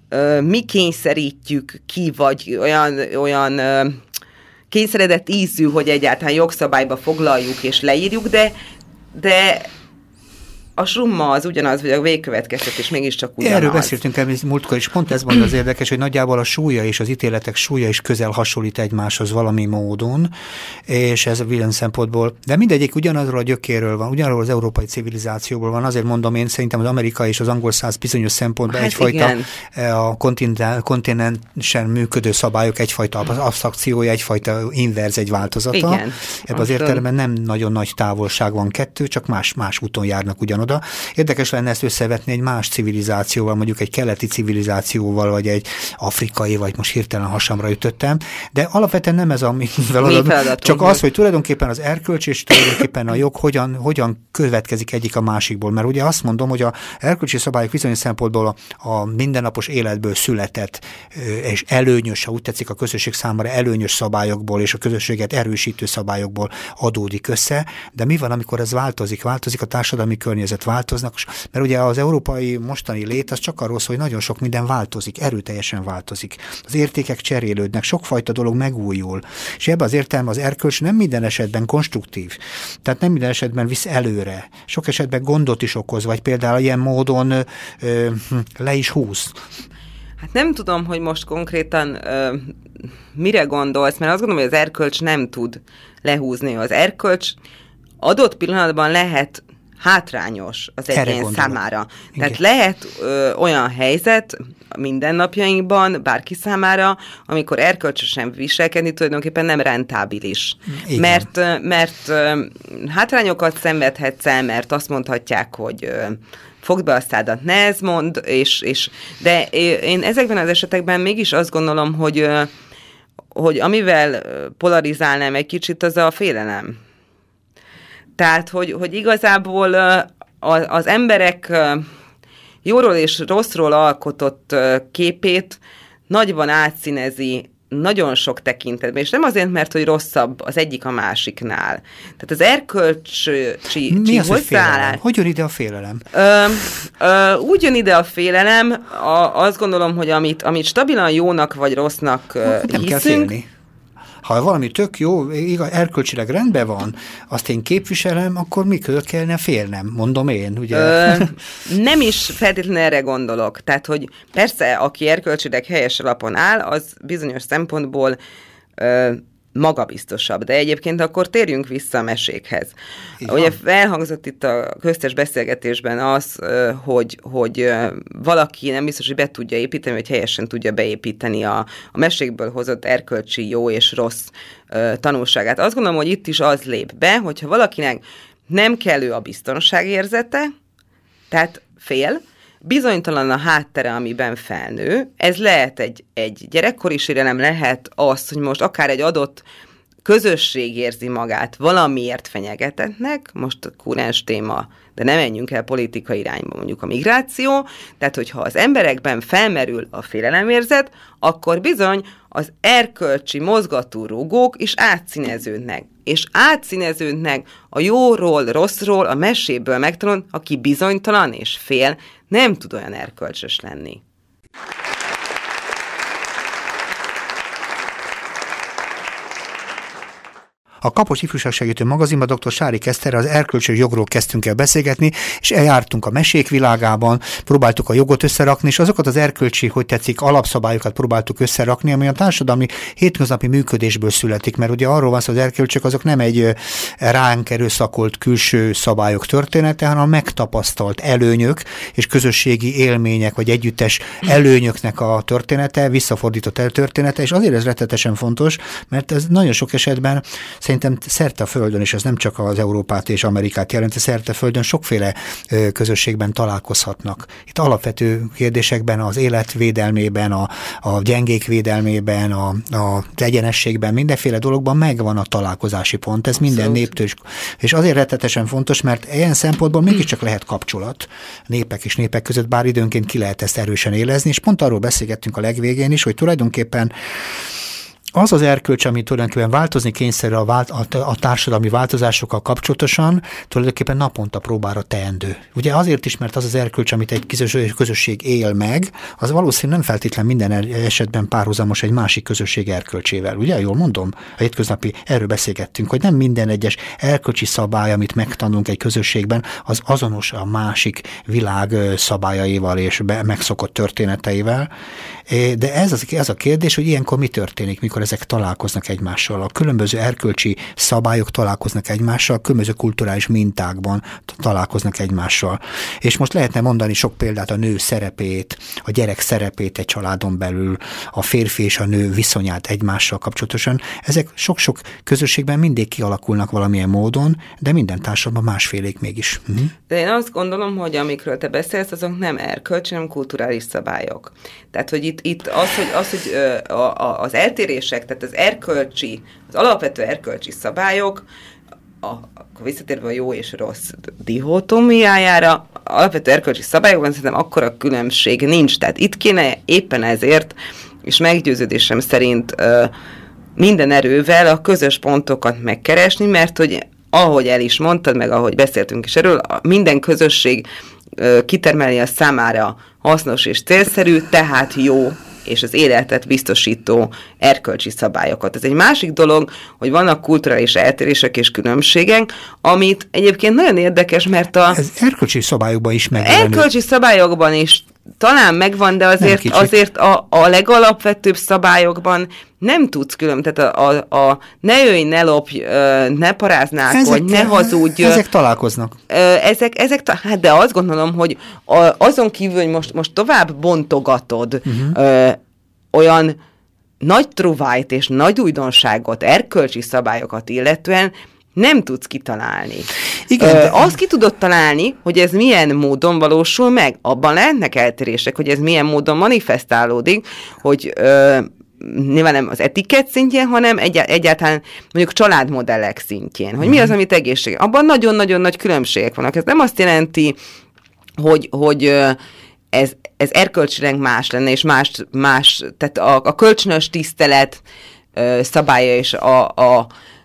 Speaker 2: mi kényszerítjük ki, vagy olyan, olyan kényszeredett ízű, hogy egyáltalán jogszabályba foglaljuk és leírjuk, de, de a summa az ugyanaz, vagy a végkövetkeztetés mégiscsak ugyanaz.
Speaker 1: Erről beszéltünk el múltkor, és pont ez van az érdekes, hogy nagyjából a súlya és az ítéletek súlya is közel hasonlít egymáshoz valami módon, és ez a villan szempontból, de mindegyik ugyanazról a gyökéről van, ugyanarról az európai civilizációból van, azért mondom én, szerintem az amerikai és az angol száz bizonyos szempontból hát egyfajta igen. a kontinensen működő szabályok egyfajta absztrakciója, egyfajta inverz, egy változata.
Speaker 2: Igen.
Speaker 1: Ebben az értelemben nem nagyon nagy távolság van kettő, csak más, más úton járnak ugyanoda. Érdekes lenne ezt összevetni egy más civilizációval, mondjuk egy keleti civilizációval, vagy egy afrikai, vagy most hirtelen hasamra ütöttem, de alapvetően nem ez a mi feladatunk, csak az, hogy tulajdonképpen az erkölcs és tulajdonképpen a jog hogyan, hogyan következik egyik a másikból. Mert ugye azt mondom, hogy az erkölcsi szabályok bizonyos szempontból a, a mindennapos életből született, és előnyös, ha úgy tetszik a közösség számára előnyös szabályokból, és a közösséget erősítő szabályokból adódik össze, de mi van, amikor ez változik? Változik a társadalmi környezet, változnak, mert ugye az európai mostani lét az csak arról szól, hogy nagyon sok minden változik, erőteljesen változik. Az értékek cserélődnek, sokfajta dolog megújul, és ebben az értelemben az erkölcs nem minden esetben konstruktív, tehát nem minden esetben visz előre. Sok esetben gondot is okoz, vagy például ilyen módon ö, le is húz.
Speaker 2: Hát nem tudom, hogy most konkrétan ö, mire gondolsz, mert azt gondolom, hogy az erkölcs nem tud lehúzni. Az erkölcs adott pillanatban lehet hátrányos az egyén számára. Igen. Tehát lehet ö, olyan helyzet mindennapjainkban, bárki számára, amikor erkölcsösen viselkedni tulajdonképpen nem rentábilis. Igen. Mert, mert ö, hátrányokat szenvedhetsz el, mert azt mondhatják, hogy ö, fogd be a szádat, ne ez mond, és, és, de én ezekben az esetekben mégis azt gondolom, hogy, ö, hogy amivel polarizálnám egy kicsit, az a félelem. Tehát, hogy, hogy igazából az emberek jóról és rosszról alkotott képét nagyban átszínezi nagyon sok tekintetben, és nem azért, mert hogy rosszabb az egyik a másiknál. Tehát az erkölcsi
Speaker 1: Mi az, hogy félelem? Hogy jön ide a félelem?
Speaker 2: Ö, ö, úgy jön ide a félelem, a, azt gondolom, hogy amit, amit stabilan jónak vagy rossznak
Speaker 1: nem
Speaker 2: hiszünk,
Speaker 1: kell félni. Ha valami tök jó, igaz, erkölcsileg rendben van, azt én képviselem, akkor mikor kellene félnem, mondom én, ugye? Ö,
Speaker 2: nem is feltétlenül erre gondolok. Tehát, hogy persze, aki erkölcsileg helyes alapon áll, az bizonyos szempontból ö, magabiztosabb. De egyébként akkor térjünk vissza a mesékhez. Igen. Ugye felhangzott itt a köztes beszélgetésben az, hogy, hogy valaki nem biztos, hogy be tudja építeni, vagy helyesen tudja beépíteni a, a mesékből hozott erkölcsi jó és rossz tanulságát. Azt gondolom, hogy itt is az lép be, hogyha valakinek nem kellő a biztonságérzete, tehát fél, bizonytalan a háttere, amiben felnő. Ez lehet egy, egy gyerekkori sérelem, lehet az, hogy most akár egy adott közösség érzi magát valamiért fenyegetettnek, most a kurens téma, de ne menjünk el politikai irányba, mondjuk a migráció, tehát hogyha az emberekben felmerül a félelemérzet, akkor bizony az erkölcsi mozgatórugók is átszíneződnek. És átszíneződnek a jóról, rosszról, a meséből megtanul, aki bizonytalan és fél, nem tud olyan erkölcsös lenni.
Speaker 1: A Kapos Ifjúságsegítő magazinban dr. Sárik Eszterrel az erkölcsi jogról kezdtünk el beszélgetni, és eljártunk a mesék világában, próbáltuk a jogot összerakni, és azokat az erkölcsi, hogy tetszik, alapszabályokat próbáltuk összerakni, ami a társadalmi hétköznapi működésből születik, mert ugye arról van szó, az erkölcsök azok nem egy ránk erőszakolt külső szabályok története, hanem a megtapasztalt előnyök és közösségi élmények, vagy együttes előnyöknek a története, visszafordított eltörténete, és azért ez rettetesen fontos, mert ez nagyon sok esetben szerintem szerte a Földön, és ez nem csak az Európát és Amerikát jelenti, szerte a Földön sokféle közösségben találkozhatnak. Itt alapvető kérdésekben, az élet védelmében, a, a gyengék védelmében, a, a, az egyenességben, mindenféle dologban megvan a találkozási pont. Ez minden néptől. És azért rettetesen fontos, mert ilyen szempontból mégiscsak lehet kapcsolat népek és népek között, bár időnként ki lehet ezt erősen élezni, és pont arról beszélgettünk a legvégén is, hogy tulajdonképpen az az erkölcs, ami tulajdonképpen változni kényszerül a, vált, a, a társadalmi változásokkal kapcsolatosan, tulajdonképpen naponta próbára teendő. Ugye azért is, mert az az erkölcs, amit egy közösség él meg, az valószínűleg nem feltétlen minden esetben párhuzamos egy másik közösség erkölcsével. Ugye, jól mondom? A hétköznapi, erről beszélgettünk, hogy nem minden egyes erkölcsi szabály, amit megtanulunk egy közösségben, az azonos a másik világ szabályaival és be, megszokott történeteivel. De ez, az, ez a kérdés, hogy ilyenkor mi történik, mikor ezek találkoznak egymással. A különböző erkölcsi szabályok találkoznak egymással, a különböző kulturális mintákban találkoznak egymással. És most lehetne mondani sok példát, a nő szerepét, a gyerek szerepét egy családon belül, a férfi és a nő viszonyát egymással kapcsolatosan. Ezek sok-sok közösségben mindig kialakulnak valamilyen módon, de minden társadalomban másfélék mégis. Mhm.
Speaker 2: De én azt gondolom, hogy amikről te beszélsz, azok nem erkölcsi, hanem kulturális szabályok. Tehát, hogy itt Itt az, hogy, az, hogy a, a, az eltérések, tehát az erkölcsi, az alapvető erkölcsi szabályok, a, akkor visszatérve a jó és rossz dihotómiájára, alapvető erkölcsi szabályokban szerintem akkora különbség nincs. Tehát itt kéne éppen ezért, és meggyőződésem szerint minden erővel a közös pontokat megkeresni, mert hogy ahogy el is mondtad, meg ahogy beszéltünk is erről, minden közösség kitermeli a számára hasznos és célszerű, tehát jó és az életet biztosító erkölcsi szabályokat. Ez egy másik dolog, hogy vannak kulturális eltérések és különbségek, amit egyébként nagyon érdekes, mert a...
Speaker 1: Ez erkölcsi szabályokban is megvan.
Speaker 2: Erkölcsi szabályokban is talán megvan, de azért, azért a, a legalapvetőbb szabályokban nem tudsz külön, tehát a, a, a ne jöjj, ne lopj, ne paráználkodj, ne hazudj.
Speaker 1: Ezek találkoznak.
Speaker 2: Ezek, ezek, hát de azt gondolom, hogy azon kívül, hogy most, most tovább bontogatod uh-huh. ö, olyan nagy truvájt és nagy újdonságot, erkölcsi szabályokat illetően nem tudsz kitalálni. Igen, Ö, de... Azt ki tudod találni, hogy ez milyen módon valósul meg. Abban lehetnek eltérések, hogy ez milyen módon manifestálódik, hogy ö, nyilván nem az etikett szintjén, hanem egy- egyáltalán mondjuk családmodellek szintjén. Hogy mi az, amit egészség. Abban nagyon-nagyon nagy különbségek vannak. Ez nem azt jelenti, hogy, hogy ö, ez, ez erkölcsileg más lenne, és más, más tehát a, a kölcsönös tisztelet ö, szabálya és a, a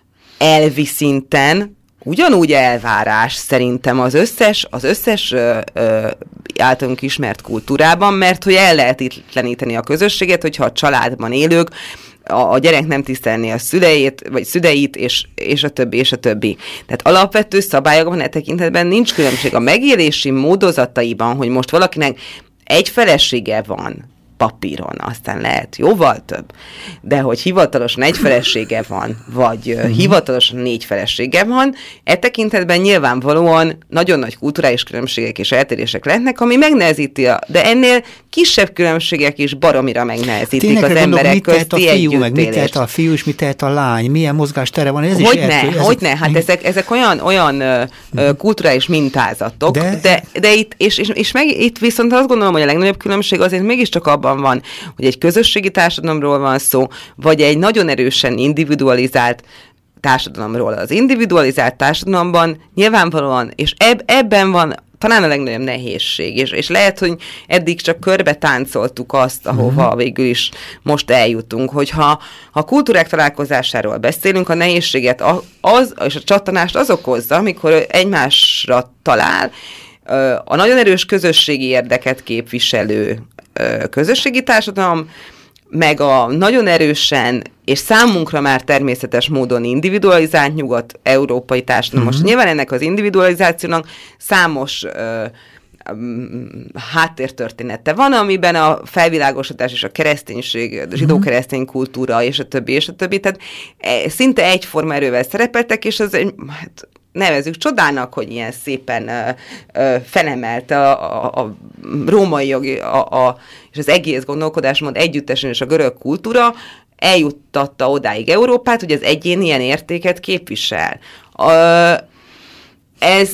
Speaker 2: elvi szinten ugyanúgy elvárás szerintem az összes, az összes ö, ö, általunk ismert kultúrában, mert hogy ellehetetleníteni a közösséget, hogyha a családban élők, a, a gyerek nem tisztelni a szüleit, vagy szüleit, és, és a többi, és a többi. Tehát alapvető szabályokban e tekintetben nincs különbség. A megélési módozataiban, hogy most valakinek egy felesége van, papíron, aztán lehet jóval több, de hogy hivatalosan egy felesége van, vagy uh, hivatalosan négy felesége van, e tekintetben nyilvánvalóan nagyon nagy kulturális különbségek és eltérések lehetnek, ami megnehezíti, a, de ennél kisebb különbségek is baromira megnehezítik Tényleg, az emberek mit közti együttélést. Meg
Speaker 1: mit tehet a fiú, és mit tehet a lány, milyen mozgástere van, ez
Speaker 2: hogy
Speaker 1: is
Speaker 2: ne,
Speaker 1: eltő,
Speaker 2: hogy ne, hát ezek, ezek olyan, olyan uh, kulturális mintázatok, de, de, de itt, és, és, és meg, itt viszont azt gondolom, hogy a legnagyobb különbség azért mégiscsak abban van, hogy egy közösségi társadalomról van szó, vagy egy nagyon erősen individualizált társadalomról. Az individualizált társadalomban nyilvánvalóan, és eb, ebben van talán a legnagyobb nehézség, és, és lehet, hogy eddig csak körbe táncoltuk azt, ahova mm. végül is most eljutunk, hogyha ha kultúrák találkozásáról beszélünk, a nehézséget az, és a csattanást az okozza, amikor egymásra talál a nagyon erős közösségi érdeket képviselő közösségi társadalom, meg a nagyon erősen és számunkra már természetes módon individualizált nyugat-európai társadalom. Most mm-hmm. nyilván ennek az individualizációnak számos ö, háttértörténete van, amiben a felvilágosodás és a kereszténység, a zsidó-keresztény kultúra és a többi, és a többi, tehát szinte egyforma erővel szerepeltek, és az egy, hát, nevezzük csodának, hogy ilyen szépen ö, ö, felemelte a, a, a római jogi, a, a, és az egész gondolkodásmód együttesen és a görög kultúra eljuttatta odáig Európát, hogy az egyén ilyen értéket képvisel. Ö, ez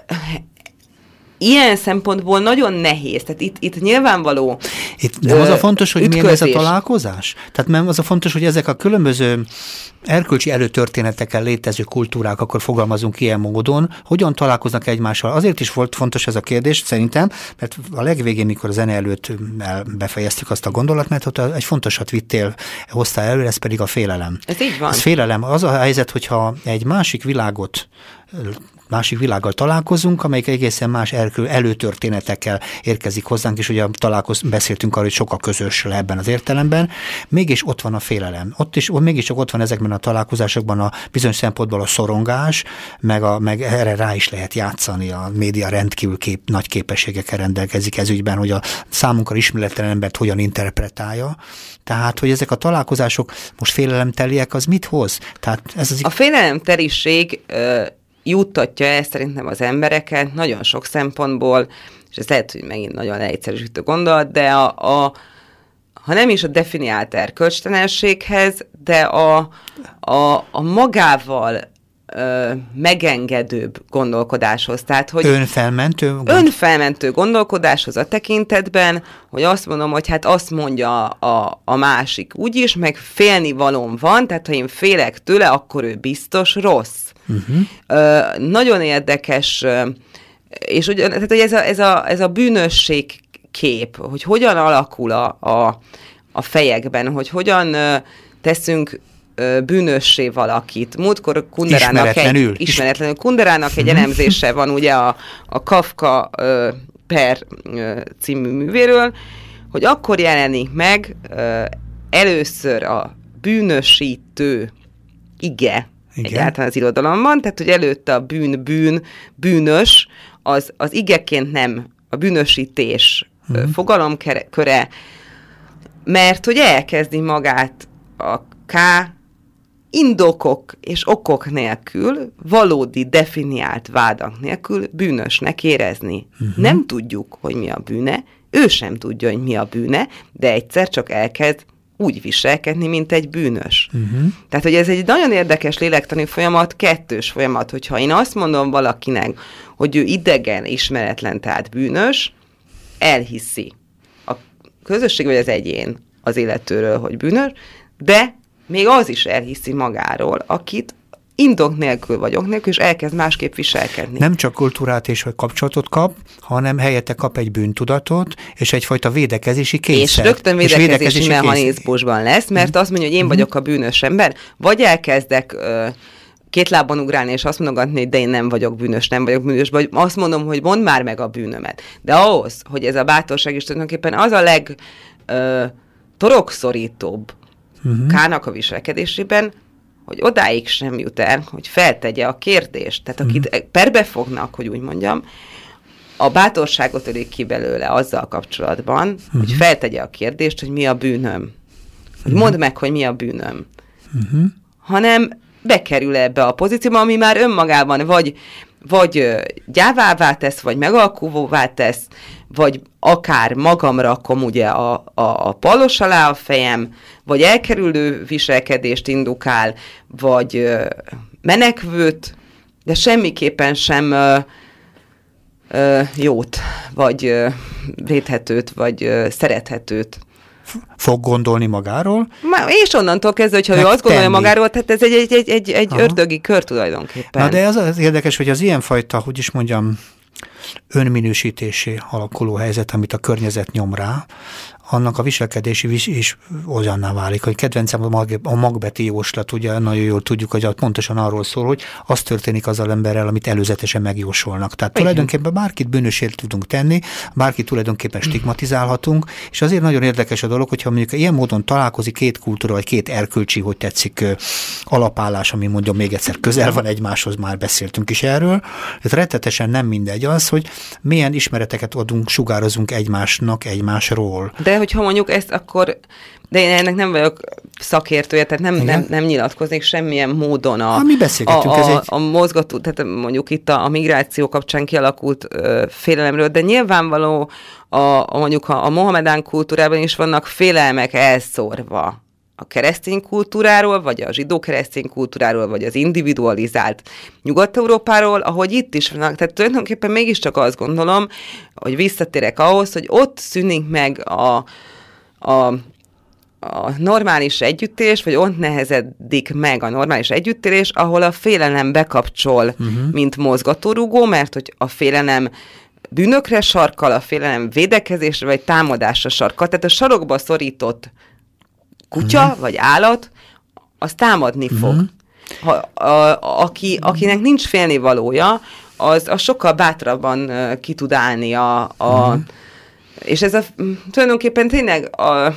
Speaker 2: ilyen szempontból nagyon nehéz. Tehát itt, itt nyilvánvaló
Speaker 1: Itt nem ö, az a fontos, hogy ütközés. Milyen ez a találkozás? Tehát nem az a fontos, hogy ezek a különböző erkölcsi előtörténetekkel létező kultúrák, akkor fogalmazunk ilyen módon, hogyan találkoznak egymással. Azért is volt fontos ez a kérdés, szerintem, mert a legvégén, mikor a zene előtt befejeztük azt a gondolatmenetet, egy fontosat vittél, hoztál elő, ez pedig a félelem.
Speaker 2: Ez így van.
Speaker 1: Ez félelem. Az a helyzet, hogyha egy másik világot másik világgal találkozunk, amelyik egészen más erkő, előtörténetekkel érkezik hozzánk, és ugye találkoz, beszéltünk arról, hogy sok a közös le ebben az értelemben, mégis ott van a félelem. Ott is, ott mégiscsak ott van ezekben a találkozásokban a bizonyos szempontból a szorongás, meg, a, meg erre rá is lehet játszani. A média rendkívül kép, nagy képességekkel rendelkezik ez ügyben, hogy a számunkra ismeretlen embert hogyan interpretálja. Tehát, hogy ezek a találkozások most félelemteliek, az mit hoz? Tehát ez az...
Speaker 2: A félelemteliség ö- juttatja el szerintem az embereket nagyon sok szempontból, és ez lehet, hogy megint nagyon leegyszerűsítő gondolat, de a, a, ha nem is a definiált erkölcstelenséghez, de a, a, a magával ö, megengedőbb gondolkodáshoz. Tehát, hogy
Speaker 1: önfelmentő? Gond...
Speaker 2: Önfelmentő gondolkodáshoz a tekintetben, hogy azt mondom, hogy hát azt mondja a, a másik úgyis, meg félni valóm van, tehát ha én félek tőle, akkor ő biztos rossz. Uh-huh. Ö, nagyon érdekes, és ugyan, tehát, hogy ez a, ez, a, ez a bűnösség kép, hogy hogyan alakul a, a, a fejekben, hogy hogyan ö, teszünk ö, bűnössé valakit. Múltkor Kunderának
Speaker 1: ismeretlenül.
Speaker 2: egy, ismeretlenül Kunderának egy elemzése van ugye a, a Kafka ö, per ö, című művéről, hogy akkor jelenik meg ö, először a bűnösítő ige, igen. Egyáltalán az irodalomban, tehát, hogy előtte a bűn, bűn, bűnös, az, az igeként nem a bűnösítés hmm. fogalomköre, mert hogy elkezdi magát a K indokok és okok nélkül, valódi definiált vádak nélkül bűnösnek érezni. Hmm. Nem tudjuk, hogy mi a bűne, ő sem tudja, hogy mi a bűne, de egyszer csak elkezd úgy viselkedni, mint egy bűnös. Uh-huh. Tehát, hogy ez egy nagyon érdekes lélektani folyamat, kettős folyamat, hogyha én azt mondom valakinek, hogy ő idegen, ismeretlen, tehát bűnös, elhiszi a közösség vagy az egyén az illetőről, hogy bűnös, de még az is elhiszi magáról, akit indok nélkül vagyok nélkül, és elkezd másképp viselkedni.
Speaker 1: Nem csak kultúrát és vagy kapcsolatot kap, hanem helyette kap egy bűntudatot, és egyfajta védekezési kényszer.
Speaker 2: És rögtön védekezési, és védekezési mechanizmusban lesz, mert azt mondja, hogy én vagyok a bűnös ember, vagy elkezdek ö, két lábon ugrálni, és azt mondogatni, hogy de én nem vagyok bűnös, nem vagyok bűnös, vagy azt mondom, hogy mondd már meg a bűnömet. De ahhoz, hogy ez a bátorság is tulajdonképpen az a leg ö, torokszorítóbb uh-huh. Kának a viselkedésében, hogy odáig sem jut el, hogy feltegye a kérdést. Tehát akit mm. perbe fognak, hogy úgy mondjam, a bátorságot ölik ki belőle azzal kapcsolatban, uh-huh. hogy feltegye a kérdést, hogy mi a bűnöm. Hogy mondd meg, hogy mi a bűnöm. Uh-huh. Hanem bekerül ebbe a pozícióba, ami már önmagában vagy, vagy gyávává tesz, vagy megalkuvóvá tesz, vagy akár magamra rakom ugye a, a, a pallos alá a fejem, vagy elkerülő viselkedést indukál, vagy menekvőt, de semmiképpen sem ö, ö, jót, vagy ö, védhetőt, vagy ö, szerethetőt.
Speaker 1: Fog gondolni magáról.
Speaker 2: És onnantól kezdve, hogyha ő azt gondolja magáról, tehát ez egy, egy, egy, egy, egy ördögi kör tulajdonképpen.
Speaker 1: Na de az, az érdekes, hogy az ilyenfajta, hogy is mondjam, önminősítésé alakuló helyzet, amit a környezet nyom rá, annak a viselkedési is olyanná válik, hogy kedvencem a, mag, a magbeti jóslat, ugye nagyon jól tudjuk, hogy pontosan arról szól, hogy az történik azzal emberrel, amit előzetesen megjósolnak. Tehát igen. Tulajdonképpen bárkit bűnösért tudunk tenni, bárkit tulajdonképpen stigmatizálhatunk, és azért nagyon érdekes a dolog, hogyha mondjuk ilyen módon találkozik két kultúra, vagy két erkölcsi, hogy tetszik, alapállás, ami mondja még egyszer közel van egymáshoz, már beszéltünk is erről. Ez rettetesen nem mindegy az, hogy milyen ismereteket adunk, sugározunk egymásnak, egymásról.
Speaker 2: De hogyha mondjuk ezt akkor, de én ennek nem vagyok szakértője, tehát nem, nem, nem nyilatkoznék semmilyen módon a,
Speaker 1: mi beszélgetünk,
Speaker 2: a, a,
Speaker 1: ez egy...
Speaker 2: a mozgató, tehát mondjuk itt a, a migráció kapcsán kialakult ö, félelemről, de nyilvánvaló a, a mondjuk a, a mohamedán kultúrában is vannak félelmek elszórva a keresztény kultúráról, vagy a zsidó-keresztény kultúráról, vagy az individualizált Nyugat-Európáról, ahogy itt is vannak. Tehát tulajdonképpen mégiscsak azt gondolom, hogy visszatérek ahhoz, hogy ott szűnik meg a, a, a normális együttélés, vagy ott nehezedik meg a normális együttélés, ahol a félelem bekapcsol, uh-huh. mint mozgatórugó, mert hogy a félelem bűnökre sarkal, a félelem védekezésre, vagy támadásra sarkal. Tehát a sarokba szorított kutya, uh-huh. vagy állat, az támadni uh-huh. fog. Ha, a, aki, akinek nincs félnivalója, az, az sokkal bátrabban uh, ki tud állni a, a uh-huh. és ez a, tulajdonképpen tényleg a,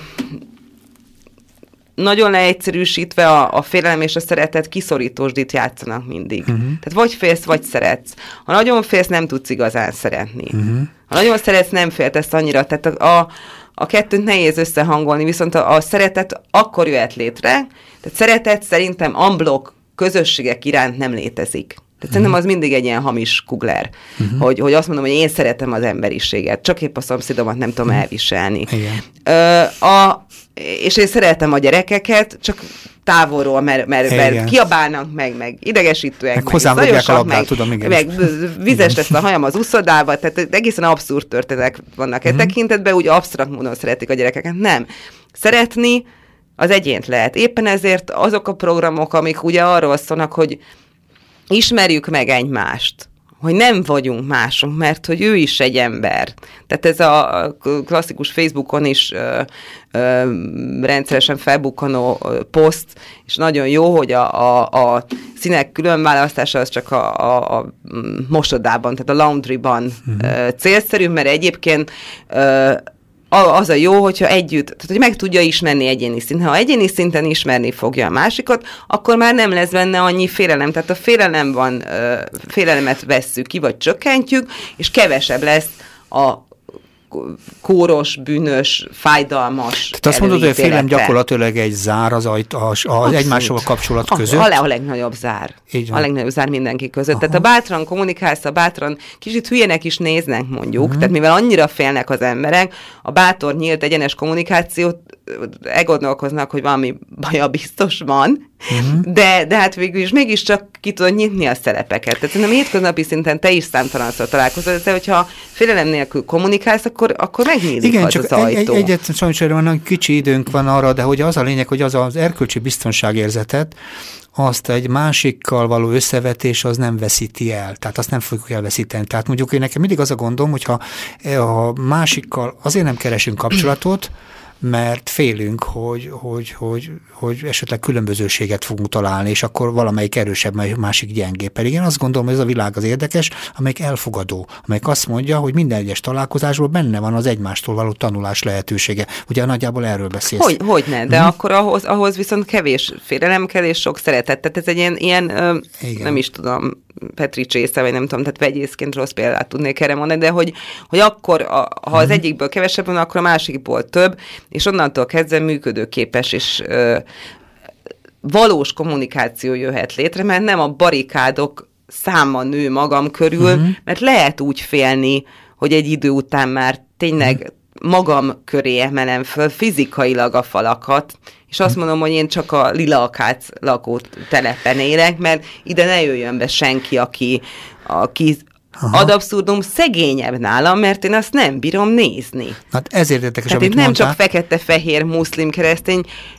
Speaker 2: nagyon leegyszerűsítve a, a félelem és a szeretet kiszorítósdit játszanak mindig. Uh-huh. Tehát vagy félsz, vagy szeretsz. Ha nagyon félsz, nem tudsz igazán szeretni. Uh-huh. Ha nagyon szeretsz, nem féltesz annyira. Tehát a, a A kettőt nehéz összehangolni, viszont a, a szeretet akkor jöhet létre, tehát szeretet szerintem unblock közösségek iránt nem létezik. Tehát uh-huh. szerintem az mindig egy ilyen hamis kugler, uh-huh. hogy, hogy azt mondom, hogy én szeretem az emberiséget, csak épp a szomszédomat nem tudom uh-huh. elviselni. Ö, a, és én szeretem a gyerekeket, csak távolról, mert, mert, mert kiabálnak meg, meg idegesítőek,
Speaker 1: meg, meg zajosak, meg, tudom, igen.
Speaker 2: meg vizes lesz a hajam az uszodába, tehát egészen abszurd történetek vannak uh-huh. e tekintetben, úgy absztrakt módon szeretik a gyerekeket. Nem. Szeretni az egyént lehet. Éppen ezért azok a programok, amik ugye arról szólnak, hogy ismerjük meg egymást, hogy nem vagyunk másunk, mert hogy ő is egy ember. Tehát ez a klasszikus Facebookon is ö, ö, rendszeresen felbukkanó poszt, és nagyon jó, hogy a, a, a színek különválasztása az csak a, a, a mosodában, tehát a laundryban uh-huh. ö, célszerű, mert egyébként ö, az a jó, hogyha együtt, tehát hogy meg tudja ismerni egyéni szinten. Ha egyéni szinten ismerni fogja a másikat, akkor már nem lesz benne annyi félelem. Tehát a félelem van, félelemet vesszük ki, vagy csökkentjük, és kevesebb lesz a kóros, bűnös, fájdalmas.
Speaker 1: Tehát azt mondod, hogy a félelem gyakorlatilag egy zár az, az, az egymással kapcsolat között?
Speaker 2: A, a legnagyobb zár. A legnagyobb zár mindenki között. Aha. Tehát a bátran kommunikálsz, a bátran kicsit hülyének is néznek mondjuk, uh-huh. tehát mivel annyira félnek az emberek, a bátor, nyílt, egyenes kommunikációt elgondolkoznak, hogy valami baja biztos van, uh-huh. de, de hát végül is mégiscsak ki tudod nyitni a szerepeket. Tehát szerintem hétköznapi szinten te is számtalanszor találkozol, de hogyha félelem nélkül kommunikálsz, akkor, akkor megnyílik
Speaker 1: igen,
Speaker 2: az
Speaker 1: csak
Speaker 2: az ajtó.
Speaker 1: Egy, egyet sajnos van, kicsi időnk van arra, de hogy az a lényeg, hogy az az erkölcsi biztonságérzetet, azt egy másikkal való összevetés az nem veszíti el. Tehát azt nem fogjuk elveszíteni. Tehát mondjuk én nekem mindig az a gondom, hogyha a másikkal azért nem keresünk kapcsolatot, mert félünk, hogy, hogy, hogy, hogy esetleg különbözőséget fogunk találni, és akkor valamelyik erősebb, másik gyengébb. Pedig én azt gondolom, hogy ez a világ az érdekes, amelyik elfogadó, amelyik azt mondja, hogy minden egyes találkozásból benne van az egymástól való tanulás lehetősége. Ugye nagyjából erről beszélsz.
Speaker 2: Hogy, hogy ne, de hmm. akkor ahhoz, ahhoz viszont kevés félelem kell, és sok szeretet. Tehát ez egy ilyen, ilyen ö, nem is tudom, Petri csésze, vagy nem tudom, tehát vegyészként rossz példát tudnék erre mondani, de hogy, hogy akkor, a, ha hmm. az egyikből kevesebb van, akkor a másikból több, és onnantól kezdve működőképes, és ö, valós kommunikáció jöhet létre, mert nem a barikádok száma nő magam körül, uh-huh. mert lehet úgy félni, hogy egy idő után már tényleg uh-huh. magam köré emelem föl fizikailag a falakat, és azt mondom, hogy én csak a Lila-Akác lakótelepen élek, mert ide ne jöjjön be senki, aki, aki ad abszurdum szegényebb nálam, mert én azt nem bírom nézni.
Speaker 1: Hát ezért érdekes,
Speaker 2: tehát
Speaker 1: amit
Speaker 2: nem
Speaker 1: mondtál.
Speaker 2: Csak fekete-fehér, muszlim, keresztény,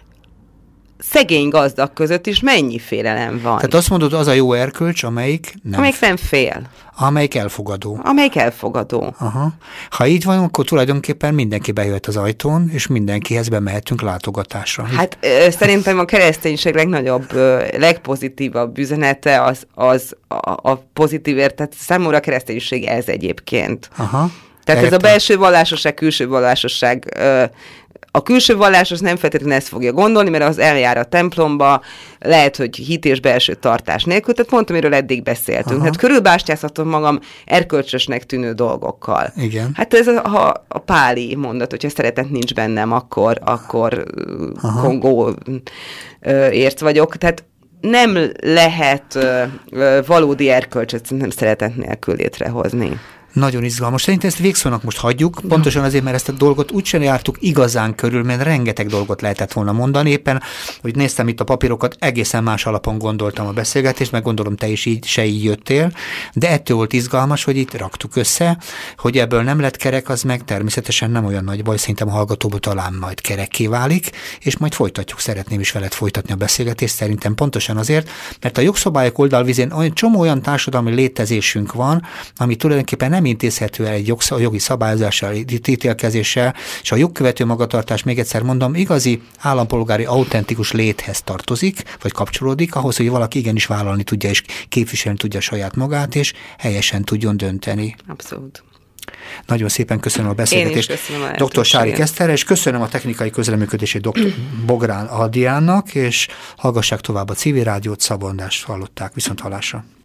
Speaker 2: szegény gazdag között is mennyi félelem van.
Speaker 1: Tehát azt mondod, az a jó erkölcs, amelyik nem,
Speaker 2: amelyik nem fél.
Speaker 1: Amelyik elfogadó.
Speaker 2: Amelyik elfogadó.
Speaker 1: Aha. Ha így van, akkor tulajdonképpen mindenki bejöhet az ajtón, és mindenkihez bemehetünk látogatásra.
Speaker 2: Hát ö, szerintem a kereszténység legnagyobb, ö, legpozitívabb üzenete az, az a, a pozitív értet. Számomra a kereszténység ez egyébként.
Speaker 1: Aha.
Speaker 2: Tehát Értem. Ez a belső vallásosság, külső vallásosság. Ö, A külső vallásos nem feltétlenül ezt fogja gondolni, mert az eljár a templomba, lehet, hogy hit és belső tartás nélkül, tehát pont amiről eddig beszéltünk. Aha. Hát körülbástyázhatom magam erkölcsösnek tűnő dolgokkal.
Speaker 1: Igen.
Speaker 2: Hát ez a, ha a páli mondat, hogyha szeretet nincs bennem, akkor, akkor Kongó ért vagyok. Tehát nem lehet valódi erkölcsöt nem szeretet nélkül létrehozni.
Speaker 1: Nagyon izgalmas. Szerintem ezt végszónak most hagyjuk, pontosan azért, mert ezt a dolgot úgysem jártuk igazán körül, mert rengeteg dolgot lehetett volna mondani. Éppen, hogy néztem itt a papírokat, egészen más alapon gondoltam a beszélgetést, meg gondolom te is így, se így jöttél, de ettől volt izgalmas, hogy itt raktuk össze, hogy ebből nem lett kerek, az meg természetesen nem olyan nagy baj, szerintem a hallgatóból talán majd kerekké válik, és majd folytatjuk, szeretném is veled folytatni a beszélgetést, szerintem pontosan azért, mert a jogszabályok oldalvizén olyan csomó olyan társadalmi létezésünk van, ami tulajdonképpen nem intézhető el egy jogsz, a jogi szabályozással, ítélkezéssel, és a jogkövető magatartás, még egyszer mondom, igazi állampolgári autentikus léthez tartozik, vagy kapcsolódik, ahhoz, hogy valaki igenis vállalni tudja, és képviselni tudja saját magát, és helyesen tudjon dönteni.
Speaker 2: Abszolút.
Speaker 1: Nagyon szépen köszönöm a beszélgetést doktor Sárik Eszterre, és köszönöm a technikai közreműködését doktor Bográn Adriánnak, és hallgassák tovább a Civil Rádiót, Szabó Andrást hallották, viszont hallásra.